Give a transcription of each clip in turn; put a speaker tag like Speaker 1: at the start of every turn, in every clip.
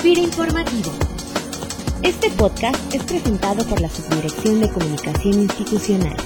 Speaker 1: FIRA Informativo. Este podcast es presentado por la Subdirección de Comunicación Institucional.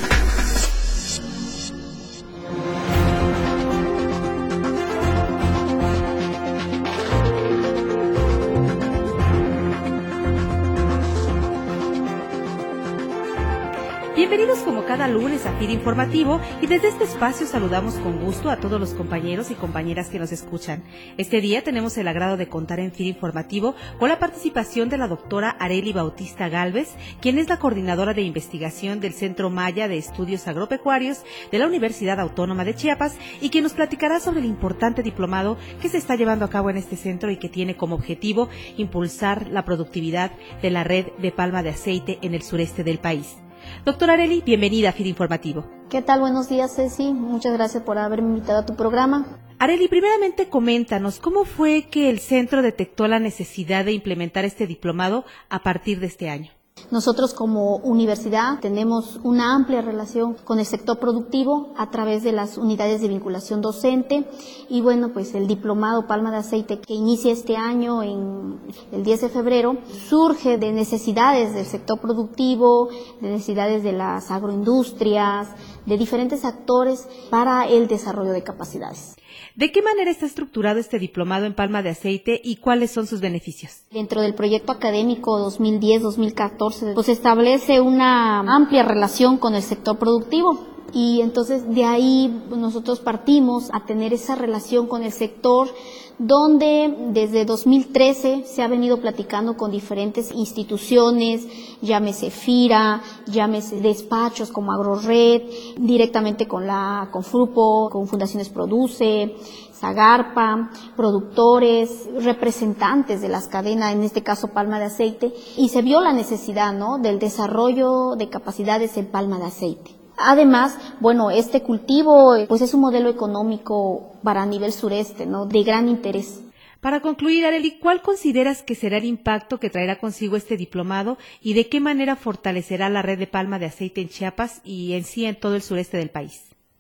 Speaker 2: Bienvenidos como cada lunes a FIRA Informativo, y desde este espacio saludamos con gusto a todos los compañeros y compañeras que nos escuchan. Este día tenemos el agrado de contar en FIRA Informativo con la participación de la doctora Arely Bautista Gálvez, quien es la coordinadora de investigación del Centro Maya de Estudios Agropecuarios de la Universidad Autónoma de Chiapas, y quien nos platicará sobre el importante diplomado que se está llevando a cabo en este centro y que tiene como objetivo impulsar la productividad de la red de palma de aceite en el sureste del país. Doctora Arely, bienvenida a FIRA Informativo.
Speaker 3: ¿Qué tal? Buenos días, Ceci. Muchas gracias por haberme invitado a tu programa.
Speaker 2: Arely, primeramente coméntanos, ¿cómo fue que el centro detectó la necesidad de implementar este diplomado a partir de este año?
Speaker 3: Nosotros como universidad tenemos una amplia relación con el sector productivo a través de las unidades de vinculación docente, y bueno, pues el diplomado Palma de Aceite que inicia este año en el 10 de febrero surge de necesidades del sector productivo, de necesidades de las agroindustrias, de diferentes actores para el desarrollo de capacidades.
Speaker 2: ¿De qué manera está estructurado este diplomado en palma de aceite y cuáles son sus beneficios?
Speaker 3: Dentro del proyecto académico 2010-2014, pues establece una amplia relación con el sector productivo. Y entonces de ahí nosotros partimos a tener esa relación con el sector, donde desde 2013 se ha venido platicando con diferentes instituciones, llámese FIRA, llámese despachos como AgroRed, directamente con Frupo, con Fundaciones Produce, Zagarpa, productores, representantes de las cadenas, en este caso palma de aceite, y se vio la necesidad, ¿no?, del desarrollo de capacidades en palma de aceite. Además, bueno, este cultivo pues es un modelo económico para nivel sureste, ¿no?, de gran interés.
Speaker 2: Para concluir, Arely, ¿cuál consideras que será el impacto que traerá consigo este diplomado y de qué manera fortalecerá la red de palma de aceite en Chiapas y en sí en todo el sureste del país?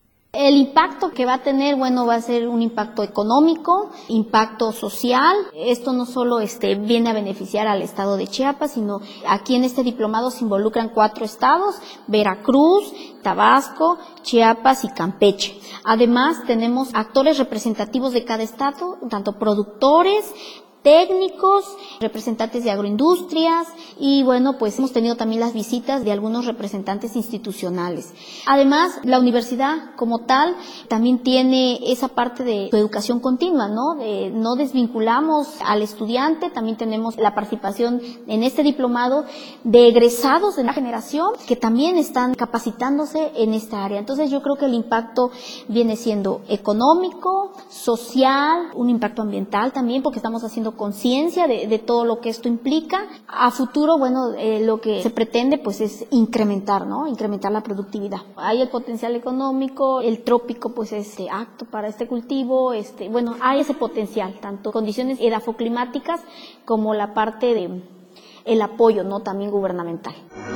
Speaker 3: El impacto que va a tener, bueno, va a ser un impacto económico, impacto social. Esto no solo viene a beneficiar al estado de Chiapas, sino aquí en este diplomado se involucran 4 estados: Veracruz, Tabasco, Chiapas y Campeche. Además, tenemos actores representativos de cada estado, tanto productores, técnicos, representantes de agroindustrias, y bueno, pues hemos tenido también las visitas de algunos representantes institucionales. Además, la universidad como tal también tiene esa parte de educación continua, ¿no? No desvinculamos al estudiante, también tenemos la participación en este diplomado de egresados de la generación que también están capacitándose en esta área. Entonces yo creo que el impacto viene siendo económico, social, un impacto ambiental también, porque estamos haciendo conciencia de todo lo que esto implica. A futuro, bueno, lo que se pretende pues es incrementar, ¿no? Incrementar la productividad. Hay el potencial económico, el trópico pues es apto para este cultivo, bueno, hay ese potencial, tanto condiciones edafoclimáticas como la parte de el apoyo, ¿no?, también gubernamental.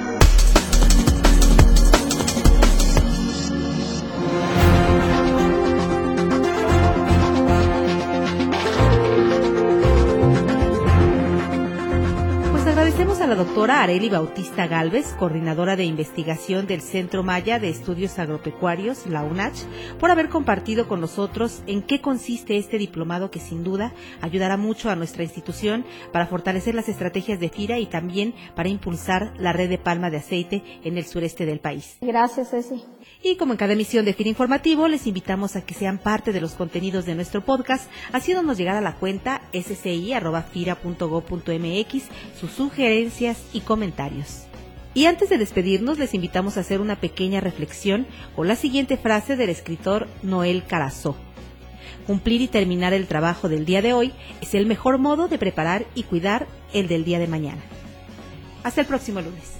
Speaker 2: Agradecemos a la doctora Arely Bautista Gálvez, coordinadora de investigación del Centro Maya de Estudios Agropecuarios, la UNACH, por haber compartido con nosotros en qué consiste este diplomado que sin duda ayudará mucho a nuestra institución para fortalecer las estrategias de FIRA y también para impulsar la red de palma de aceite en el sureste del país.
Speaker 3: Gracias, Ceci.
Speaker 2: Y como en cada emisión de FIRA Informativo, les invitamos a que sean parte de los contenidos de nuestro podcast, haciéndonos llegar a la cuenta sci@fira.go.mx sus sugerencias y comentarios. Y antes de despedirnos, les invitamos a hacer una pequeña reflexión con la siguiente frase del escritor Noel Carazó: cumplir y terminar el trabajo del día de hoy es el mejor modo de preparar y cuidar el del día de mañana. Hasta el próximo lunes.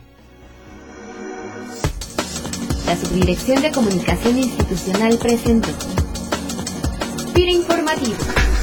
Speaker 1: La Subdirección de Comunicación Institucional presentó FIRA Informativo.